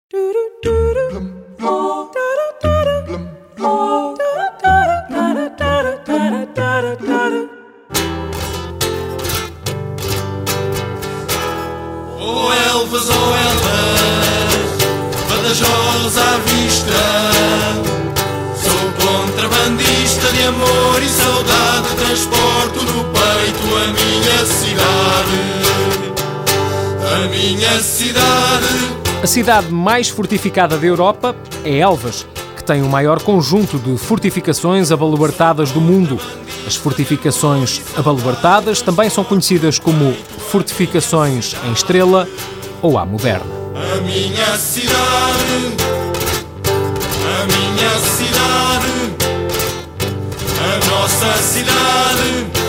Oh Elvas, Badajoz à vista. Sou contrabandista de amor e saudade, transporto no peito a minha cidade. A minha cidade. A cidade mais fortificada da Europa é Elvas, que tem o maior conjunto de fortificações abaluartadas do mundo. As fortificações abaluartadas também são conhecidas como fortificações em estrela ou à moderna. A minha cidade, a minha cidade, a nossa cidade.